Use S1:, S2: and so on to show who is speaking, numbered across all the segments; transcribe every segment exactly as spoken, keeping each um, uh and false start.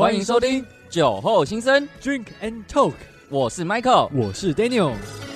S1: 欢迎收听酒后心声
S2: Drink and Talk，
S1: 我是 Michael，
S2: 我是 Daniel。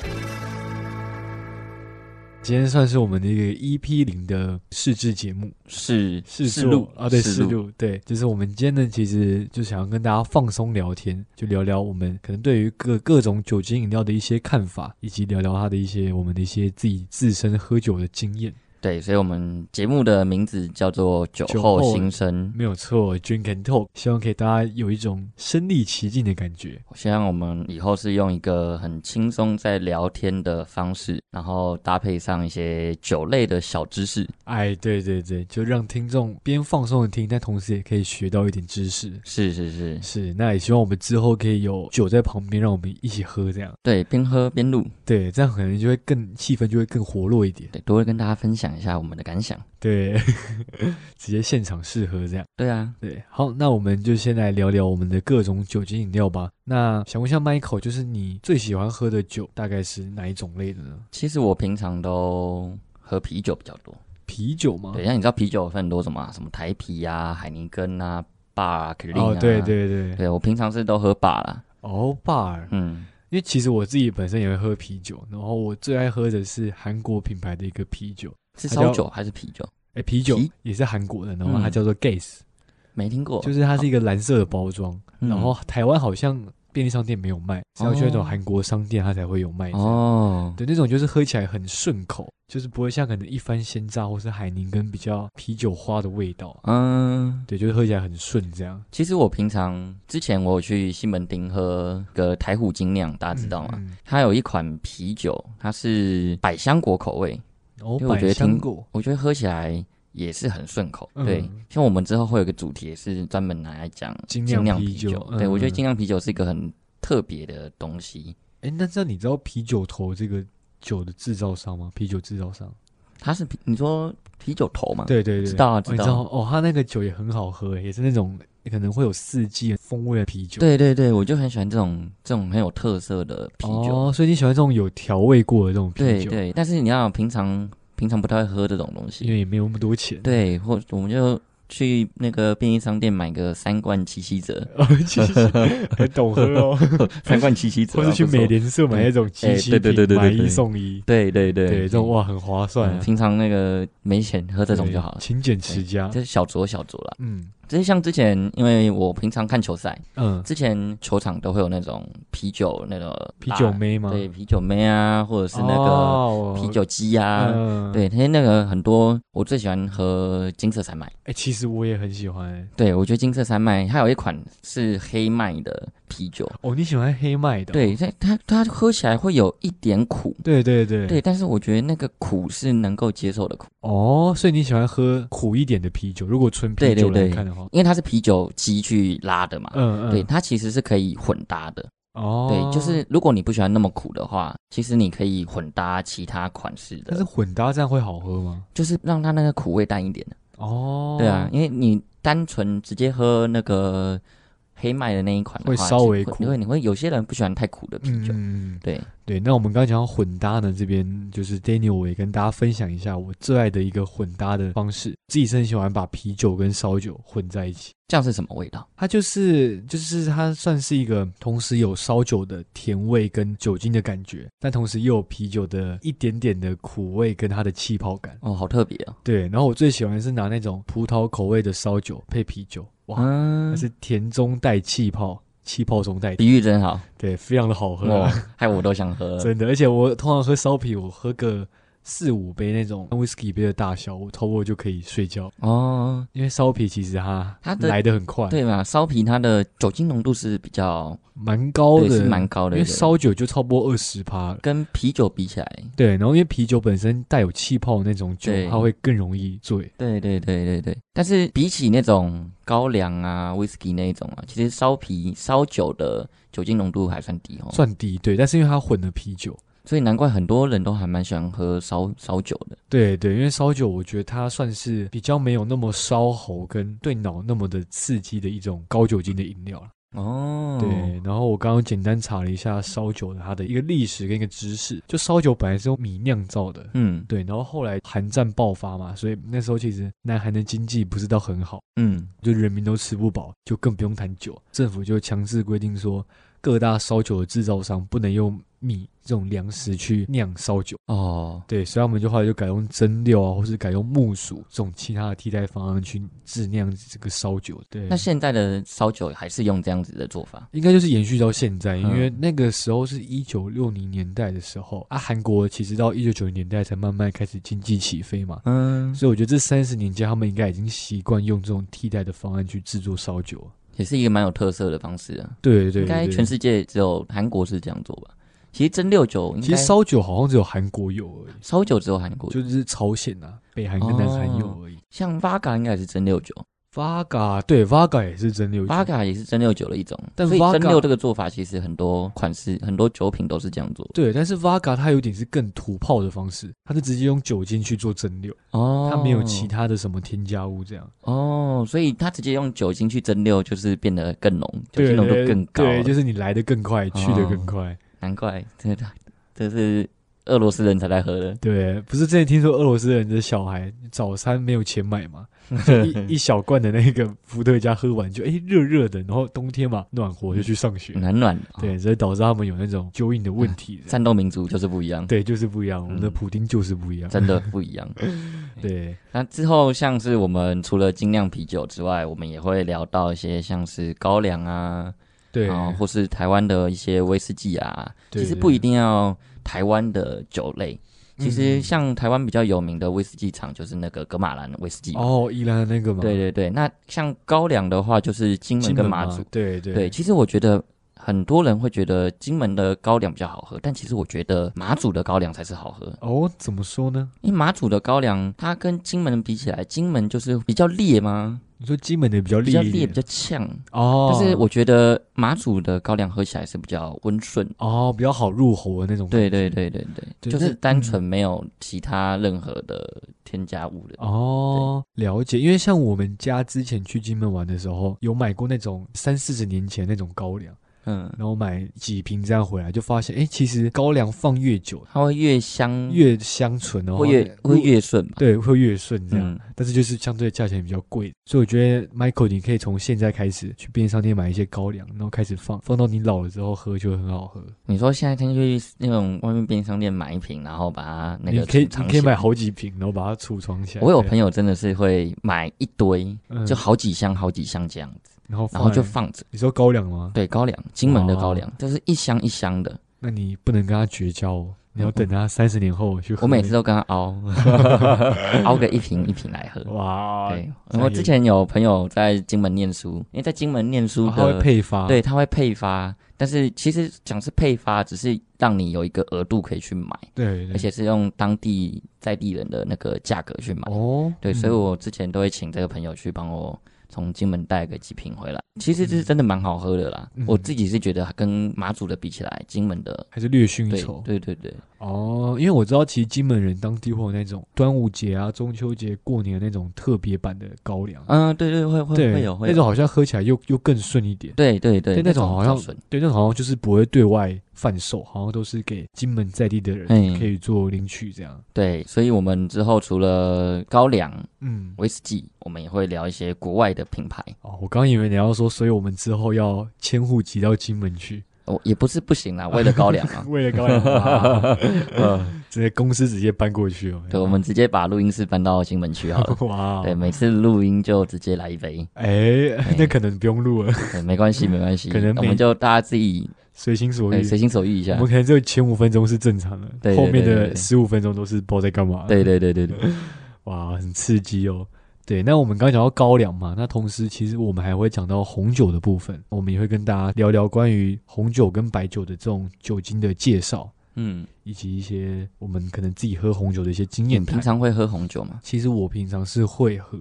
S2: 今天算是我们的一个 E P 零的试制节目，
S1: 是
S2: 试录啊，对，试录，对，就是我们今天呢，其实就想要跟大家放松聊天，就聊聊我们可能对于各各种酒精饮料的一些看法，以及聊聊它的一些我们的一些自己自身喝酒的经验。
S1: 对，所以我们节目的名字叫做酒后心声，
S2: 没有错 ，Drink and Talk， 希望可以大家有一种身临其境的感觉。
S1: 希望我们以后是用一个很轻松在聊天的方式，然后搭配上一些酒类的小知识。
S2: 哎，对对对，就让听众边放松的听，但同时也可以学到一点知识。
S1: 是是是
S2: 是，那也希望我们之后可以有酒在旁边，让我们一起喝，这样。
S1: 对，边喝边录。
S2: 对，这样可能就会更气氛就会更活络一点。
S1: 对，多会跟大家分享一下我们的感想。
S2: 对，直接现场试喝这样。
S1: 对啊，
S2: 对，好，那我们就先来聊聊我们的各种酒精饮料吧。那想问一下 Michael， 就是你最喜欢喝的酒大概是哪一种类的呢？
S1: 其实我平常都喝啤酒比较多。
S2: 啤酒吗？
S1: 对，像你知道啤酒分很多什么、啊、什么台啤啊、海尼根啊、bar 啊、可乐啊。
S2: 哦，对对对，
S1: 对我平常是都喝 bar 啦。
S2: 哦 bar， 嗯。因为其实我自己本身也会喝啤酒，然后我最爱喝的是韩国品牌的一个啤酒，
S1: 是烧酒还是啤酒？
S2: 哎，啤酒也是韩国的，然后它叫做 Guess，、嗯、
S1: 没听过，
S2: 就是它是一个蓝色的包装，然后台湾好像便利商店没有卖，是要去那种韩国商店它才会有卖哦。对，那种就是喝起来很顺口，就是不会像可能一番鲜榨或是海宁根比较啤酒花的味道。嗯，对，就是喝起来很顺这样。
S1: 其实我平常之前我有去西门町喝个台虎精酿，大家知道吗？嗯嗯、它有一款啤酒，它是百香果口味。
S2: 哦，百香果，
S1: 我觉得喝起来也是很顺口。嗯、对，像我们之后会有一个主题，也是专门拿来讲精酿啤酒。啤酒对，嗯、我觉得精酿啤酒是一个很特别的东西。
S2: 哎，那这样你知道啤酒头这个酒的制造商吗？啤酒制造商，
S1: 他是你说啤酒头吗？
S2: 对对对，
S1: 知道啊，知道。
S2: 哦、你知道哦，他那个酒也很好喝，也是那种可能会有四季风味的啤酒。
S1: 对对对，我就很喜欢这种这种很有特色的啤酒。
S2: 哦，所以你喜欢这种有调味过的这种啤酒？
S1: 对对，但是你要平常平常不太会喝这种东西，
S2: 因为也没有那么多钱。
S1: 对，或我们就去那个便利商店买个三罐七七折，
S2: 哦，七七很懂喝哦，
S1: 三罐七七折，
S2: 或是去美联社买那种七七瓶，买一送一，
S1: 对对对，
S2: 对，这种哇很划算、啊
S1: 嗯。平常那个没钱喝这种就好了，
S2: 勤俭持家，
S1: 就是小酌小酌啦。嗯。只是像之前，因为我平常看球赛，嗯，之前球场都会有那种啤酒，那个
S2: 啤酒妹吗？
S1: 对，啤酒妹啊，或者是那个啤酒鸡啊，哦、对，他那个很多，我最喜欢喝金色山脉。
S2: 哎、欸，其实我也很喜欢、欸。
S1: 对，我觉得金色山脉还有一款是黑麦的啤酒。
S2: 哦，你喜欢黑麦的、哦？
S1: 对，它它喝起来会有一点苦。
S2: 对对对
S1: 对，但是我觉得那个苦是能够接受的苦。
S2: 哦，所以你喜欢喝苦一点的啤酒？如果纯啤酒来看的话。
S1: 因为它是啤酒机去拉的嘛，嗯嗯，对，它其实是可以混搭的。哦，对，就是如果你不喜欢那么苦的话，其实你可以混搭其他款式的。
S2: 但是混搭这样会好喝吗？
S1: 就是让它那个苦味淡一点的。哦，对啊，因为你单纯直接喝那个黑麦的那一款的话，
S2: 会稍微苦，
S1: 因为你会有些人不喜欢太苦的啤酒。嗯，对
S2: 对。那我们刚刚讲到混搭呢，这边就是 Daniel 我也跟大家分享一下我最爱的一个混搭的方式，自己是很喜欢把啤酒跟烧酒混在一起。
S1: 这样是什么味道？
S2: 它就是就是它算是一个同时有烧酒的甜味跟酒精的感觉，但同时又有啤酒的一点点的苦味跟它的气泡感。
S1: 哦，好特别哦。
S2: 对，然后我最喜欢的是拿那种葡萄口味的烧酒配啤酒，哇，嗯、它是甜中带气泡。气泡中带，
S1: 比喻真好，
S2: 对，非常的好喝、
S1: 啊，害我都想喝了，
S2: 真的。而且我通常喝烧啤，我喝个四五杯那种 whisky 杯的大小，我头我就可以睡觉哦。因为烧啤其实它它来得很快，
S1: 对嘛？烧啤它的酒精浓度是比较
S2: 蛮高的，
S1: 是蛮高的，
S2: 因为烧酒就超过二十趴，
S1: 跟啤酒比起来，
S2: 对。然后因为啤酒本身带有气泡的那种酒，它会更容易醉。
S1: 对对对对对。但是比起那种高粱啊、whisky 那一种啊，其实烧啤、烧酒的酒精浓度还算低哦，
S2: 算低，对。但是因为它混了啤酒。
S1: 所以难怪很多人都还蛮喜欢喝烧烧酒的。
S2: 对对，因为烧酒我觉得它算是比较没有那么烧喉跟对脑那么的刺激的一种高酒精的饮料。 哦，对，然后我刚刚简单查了一下烧酒的它的一个历史跟一个知识，就烧酒本来是用米酿造的，嗯，对，然后后来韩战爆发嘛，所以那时候其实南韩的经济不是到很好，嗯，就人民都吃不饱，就更不用谈酒，政府就强制规定说各大烧酒的制造商不能用米这种粮食去酿烧酒哦，对，所以他们就后来就改用蒸馏啊，或是改用木薯这种其他的替代方案去制酿这个烧酒。对，
S1: 那现在的烧酒还是用这样子的做法？
S2: 应该就是延续到现在，因为那个时候是一九六零年代的时候啊，韩国其实到一九九零年代才慢慢开始经济起飞嘛，嗯，所以我觉得这三十年间他们应该已经习惯用这种替代的方案去制作烧酒，
S1: 也是一个蛮有特色的方式啊。
S2: 对 对, 对，
S1: 应该全世界只有韩国是这样做吧。其实蒸馏酒应该，
S2: 其实烧酒好像只有韩国有而已。
S1: 烧酒只有韩国有，
S2: 就是朝鲜啊，北韩跟南韩有而已。哦、
S1: 像 Vodka 应该也是蒸馏酒
S2: ，Vodka 对 Vodka 也是蒸馏酒
S1: ，Vodka 也是蒸馏酒的一种。但所以蒸馏这个做法，其实很多款式、很多酒品都是这样做。
S2: 对，但是 Vodka 它有点是更土炮的方式，它是直接用酒精去做蒸馏，哦，它没有其他的什么添加物这样。
S1: 哦，所以它直接用酒精去蒸馏，就是变得更浓，酒精浓度更高。
S2: 对，就是你来得更快，去得更快。哦、
S1: 难怪，真的。这是俄罗斯人才来喝的。
S2: 对，不是之前听说俄罗斯人的小孩早餐没有钱买吗？一, 一小罐的那个伏特加喝完就哎热热的，然后冬天嘛暖和就去上学，
S1: 暖暖。
S2: 对，所以导致他们有那种酒瘾的问题。
S1: 战斗民族就是不一样，
S2: 对，就是不一样。我们的普丁就是不一样，
S1: 真的不一样。
S2: 对，
S1: 那之后像是我们除了精酿啤酒之外，我们也会聊到一些像是高粱啊。
S2: 对、
S1: 哦，或是台湾的一些威士忌啊，其实不一定要台湾的酒类。其实像台湾比较有名的威士忌厂就是那个噶玛兰威士忌
S2: 哦，宜兰的那个吗？
S1: 对对对，那像高粱的话就是金门跟马祖。
S2: 对对
S1: 对，其实我觉得很多人会觉得金门的高粱比较好喝，但其实我觉得马祖的高粱才是好喝。
S2: 哦，怎么说呢？
S1: 因为马祖的高粱它跟金门比起来，金门就是比较烈吗？
S2: 你说金门的比较烈，
S1: 比较烈，比较呛哦。但是我觉得马祖的高粱喝起来是比较温顺
S2: 哦，比较好入喉的那种。
S1: 对对对对对，就是单纯没有其他任何的添加物的。
S2: 哦，了解。因为像我们家之前去金门玩的时候，有买过那种三四十年前那种高粱。嗯，然后买几瓶这样回来，就发现，哎，其实高粱放越久，
S1: 它会越香，
S2: 越香醇哦，
S1: 会越会越顺，
S2: 对，会越顺这样。嗯、但是就是相对价钱比较贵，所以我觉得 Michael 你可以从现在开始去便利商店买一些高粱，然后开始放，放到你老了之后喝就会很好喝。
S1: 你说现在先去那种外面便利商店买一瓶，然后把它那个
S2: 你可以你可以买好几瓶，然后把它储藏起来。
S1: 我有朋友真的是会买一堆，嗯、就好几箱好几箱这样子。然后，然后就放着。
S2: 你说高粱吗？
S1: 对，高粱，金门的高粱，就是一箱一箱的。
S2: 那你不能跟他绝交哦，你要等他三十年后去喝。
S1: 我每次都跟他熬，熬个一瓶一瓶来喝。哇！对，我之前有朋友在金门念书，因为在金门念书的，
S2: 他会配发，
S1: 对，他会配发。但是其实讲是配发，只是让你有一个额度可以去买，
S2: 对，
S1: 而且是用当地在地人的那个价格去买。哦，对，所以我之前都会请这个朋友去帮我。从金门带个几瓶回来，其实这是真的蛮好喝的啦。嗯、我自己是觉得跟马祖的比起来，金门的
S2: 还是略逊一筹。
S1: 对对对对。
S2: 哦，因为我知道其实金门人当地会有那种端午节啊、中秋节、过年的那种特别版的高粱。
S1: 嗯，对对，会会会有会有
S2: 那种好像喝起来又又更顺一点。
S1: 对对对，
S2: 那种好像对那种好像就是不会对外贩售，好像都是给金门在地的人可以做领取这样。
S1: 对，所以我们之后除了高粱、嗯威士忌，我们也会聊一些国外的品牌。
S2: 哦，我刚以为你要说，所以我们之后要迁户籍到金门去。
S1: 哦，也不是不行啦，为了高粱啊，
S2: 为了高粱啊，呃，直接公司直接搬过去哦。
S1: 对，我们直接把录音室搬到金门去好了。哇，对，每次录音就直接来一杯。
S2: 哎，那可能不用录了。
S1: 对，没关系，没关系，可能我们就大家自己
S2: 随心所欲，
S1: 随心所欲一下。
S2: 我们可能只有前五分钟是正常的，对对对对对，后面的十五分钟都是不知道在干嘛。
S1: 对对对对对，
S2: 哇，很刺激哦。对，那我们刚刚讲到高粱嘛，那同时其实我们还会讲到红酒的部分，我们也会跟大家聊聊关于红酒跟白酒的这种酒精的介绍，嗯，以及一些我们可能自己喝红酒的一些经验谈。
S1: 你平常会喝红酒吗？
S2: 其实我平常是会喝，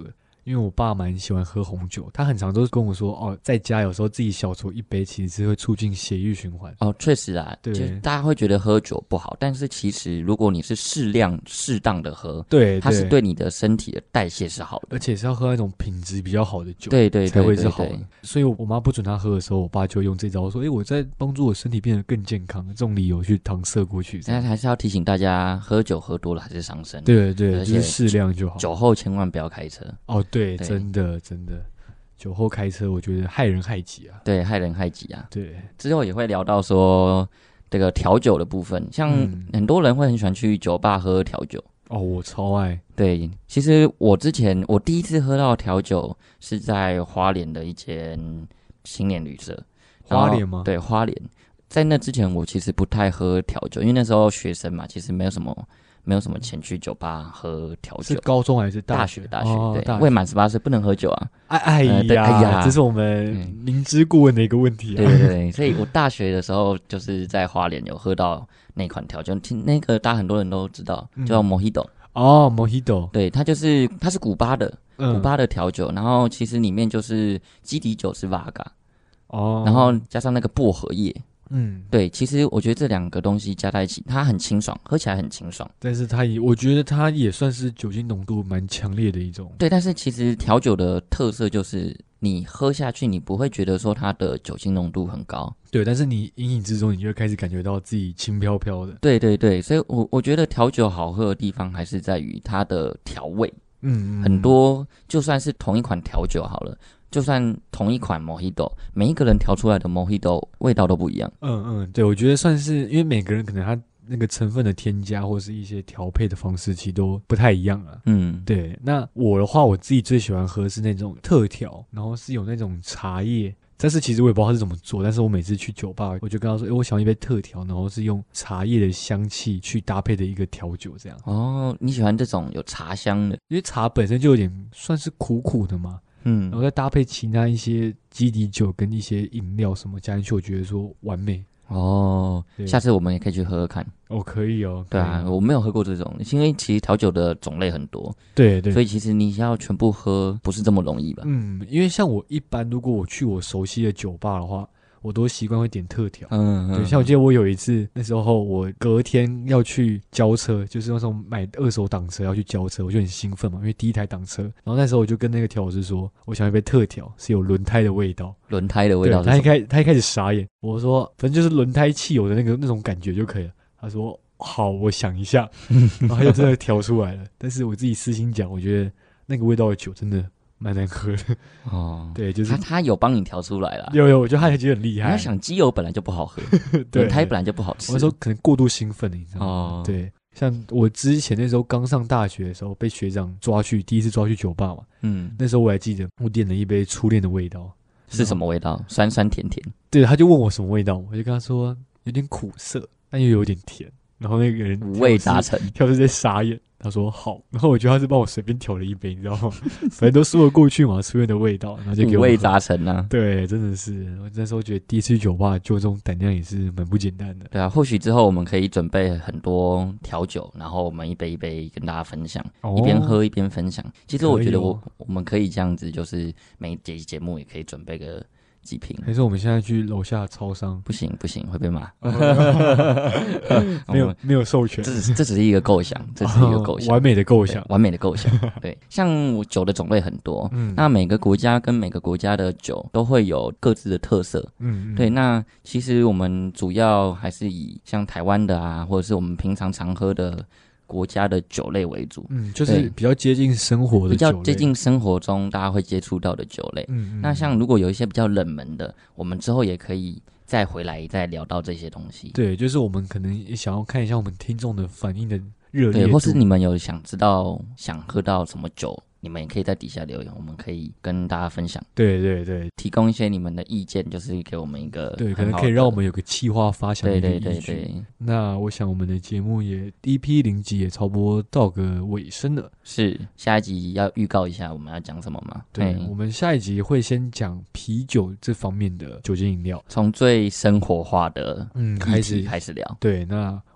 S2: 因为我爸蛮喜欢喝红酒，他很常都是跟我说，哦，在家有时候自己小酌一杯，其实是会促进血液循环。
S1: 哦，确实啊，
S2: 对，
S1: 就大家会觉得喝酒不好，但是其实如果你是适量、适当的喝，
S2: 对，
S1: 它是对你的身体的代谢是好的，
S2: 而且是要喝那种品质比较好的酒，
S1: 对对对，
S2: 才会是好的。所以我妈不准他喝的时候，我爸就用这招说，哎，我在帮助我身体变得更健康，这种理由去搪塞过去。
S1: 但还是要提醒大家，喝酒喝多了还是伤身。
S2: 对对，就是适量就好。
S1: 酒后千万不要开车。
S2: 哦，对，对真的真的。酒后开车，我觉得害人害己啊。
S1: 对，害人害己啊。
S2: 对，
S1: 之后也会聊到说这个调酒的部分，像很多人会很喜欢去酒吧喝调酒。
S2: 哦，我超爱。
S1: 对，其实我之前我第一次喝到调酒是在花莲的一间青年旅社。
S2: 花莲吗？
S1: 对，花莲。在那之前，我其实不太喝调酒，因为那时候学生嘛，其实没有什么。没有什么钱去酒吧喝调酒。
S2: 是高中还是大
S1: 学？大学，大学，
S2: 哦、
S1: 对，未满十八岁不能喝酒啊。
S2: 哎哎呀、呃哎呀，这是我们明知故问的一个问题啊。
S1: 对对对，所以我大学的时候就是在花莲有喝到那款调酒，那个大家很多人都知道，叫 Mojito。
S2: 哦 ，Mojito。
S1: 对，它就是它是古巴的，古巴的调酒，然后其实里面就是基底酒是 Vodka， 哦，然后加上那个薄荷叶。嗯，对，其实我觉得这两个东西加在一起，它很清爽，喝起来很清爽。
S2: 但是它也，我觉得它也算是酒精浓度蛮强烈的一种。
S1: 对，但是其实调酒的特色就是你喝下去，你不会觉得说它的酒精浓度很高。
S2: 对，但是你隐隐之中，你就会开始感觉到自己轻飘飘的。
S1: 对对对，所以我我觉得调酒好喝的地方还是在于它的调味。嗯, 嗯，很多就算是同一款调酒好了。就算同一款 Mojito， 每一个人调出来的 Mojito 味道都不一样。
S2: 嗯嗯，对，我觉得算是，因为每个人可能他那个成分的添加或是一些调配的方式，其实都不太一样啊。嗯，对。那我的话，我自己最喜欢喝是那种特调，然后是有那种茶叶。但是其实我也不知道他是怎么做，但是我每次去酒吧，我就跟他说：“哎、欸，我想要一杯特调，然后是用茶叶的香气去搭配的一个调酒，这样。”
S1: 哦，你喜欢这种有茶香的？
S2: 因为茶本身就有点算是苦苦的嘛。嗯，然后再搭配其他一些基底酒跟一些饮料什么加进去，我觉得说完美
S1: 哦。下次我们也可以去喝喝看。
S2: 哦，可以哦。
S1: 对啊，我没有喝过这种，因为其实调酒的种类很多。
S2: 对对，
S1: 所以其实你要全部喝不是这么容易吧？
S2: 嗯，因为像我一般，如果我去我熟悉的酒吧的话，我都习惯会点特调。嗯嗯，对，像我记得我有一次，那时候我隔天要去交车，就是那种买二手挡车要去交车，我就很兴奋嘛，因为第一台挡车。然后那时候我就跟那个调酒师说，我想要一杯特调，是有轮胎的味道。
S1: 轮胎的味道是什么？
S2: 他一开他一开始傻眼，我说反正就是轮胎汽油的那个那种感觉就可以了。他说好，我想一下，然后他就真的调出来了。但是我自己私心讲，我觉得那个味道的酒真的蛮难喝的哦。对，就是
S1: 他他有帮你调出来了。
S2: 有有，我觉得他还觉得很厉害。
S1: 你要想，机油本来就不好喝，轮胎本来就不好吃。
S2: 我说可能过度兴奋了，你知道吗？哦，对，像我之前那时候刚上大学的时候，被学长抓去，第一次抓去酒吧嘛。嗯，那时候我还记得，我点了一杯初恋的味道。
S1: 是什么味道？酸酸甜甜。
S2: 对，他就问我什么味道，我就跟他说有点苦涩，但又有点甜。然后那个人
S1: 五味杂陈，
S2: 跳是在傻眼。他说好，然后我觉得他是帮我随便调了一杯，你知道吗？反正都说得过去嘛，初恋的味道，然后就给我
S1: 五味杂陈啊。
S2: 对，真的是，我那时候觉得第一次去酒吧就这种胆量也是蛮不简单的。
S1: 对啊，或许之后我们可以准备很多调酒，然后我们一杯一杯跟大家分享，哦、一边喝一边分享。其实我觉得我、哦、我们可以这样子，就是每节节目也可以准备个几瓶。
S2: 还是我们现在去楼下超商？
S1: 不行不行，会被骂。
S2: 没有没有授权，
S1: 这只是这只是一个构想，这只是一个构想，
S2: 完美的构想，
S1: 完美的构想。对，像酒的种类很多，嗯，那每个国家跟每个国家的酒都会有各自的特色，嗯，对。那其实我们主要还是以像台湾的啊，或者是我们平常常喝的国家的酒类为主，
S2: 嗯，就是比较接近生活的酒类，
S1: 比较接近生活中大家会接触到的酒类。嗯, 嗯，那像如果有一些比较冷门的，我们之后也可以再回来再聊到这些东西。
S2: 对，就是我们可能也想要看一下我们听众的反应的热烈度，
S1: 对，或是你们有想知道想喝到什么酒，你们也可以在底下留言，我们可以跟大家分享。
S2: 对对对，
S1: 提供一些你们的意见，就是给我们一个
S2: 对，可能可以让我们有个企划发想的一个依据。
S1: 对对对对。
S2: 那我想我们的节目也 E P 零集也差不多到个尾声了。
S1: 是，下一集要预告一下我们要讲什么吗？
S2: 对，我们下一集会先讲啤酒这方面的酒精饮料，
S1: 从最生活化的嗯开始开始聊。
S2: 对，那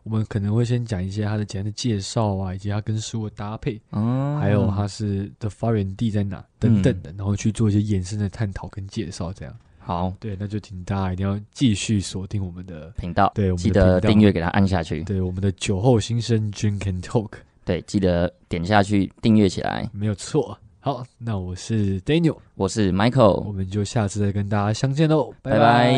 S2: 我们可能会先讲一些它的简单的介绍啊，以及它跟食物的搭配，哦，还有它是的发源地在哪等等的，嗯，然后去做一些延伸的探讨跟介绍，这样。
S1: 好，
S2: 对，那就请大家一定要继续锁定我们的
S1: 频道，
S2: 对，我们
S1: 记得订阅给它按下去。
S2: 对，我们的酒后心声 Drink and Talk， 对，
S1: 记得点下去订阅起来，
S2: 没有错。好，那我是 Daniel，
S1: 我是 Michael，
S2: 我们就下次再跟大家相见喽，
S1: 拜拜。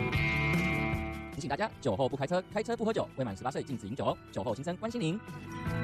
S1: 提醒大家，酒后不开车，开车不喝酒，未满十八岁禁止饮酒哦。酒后心声关心您。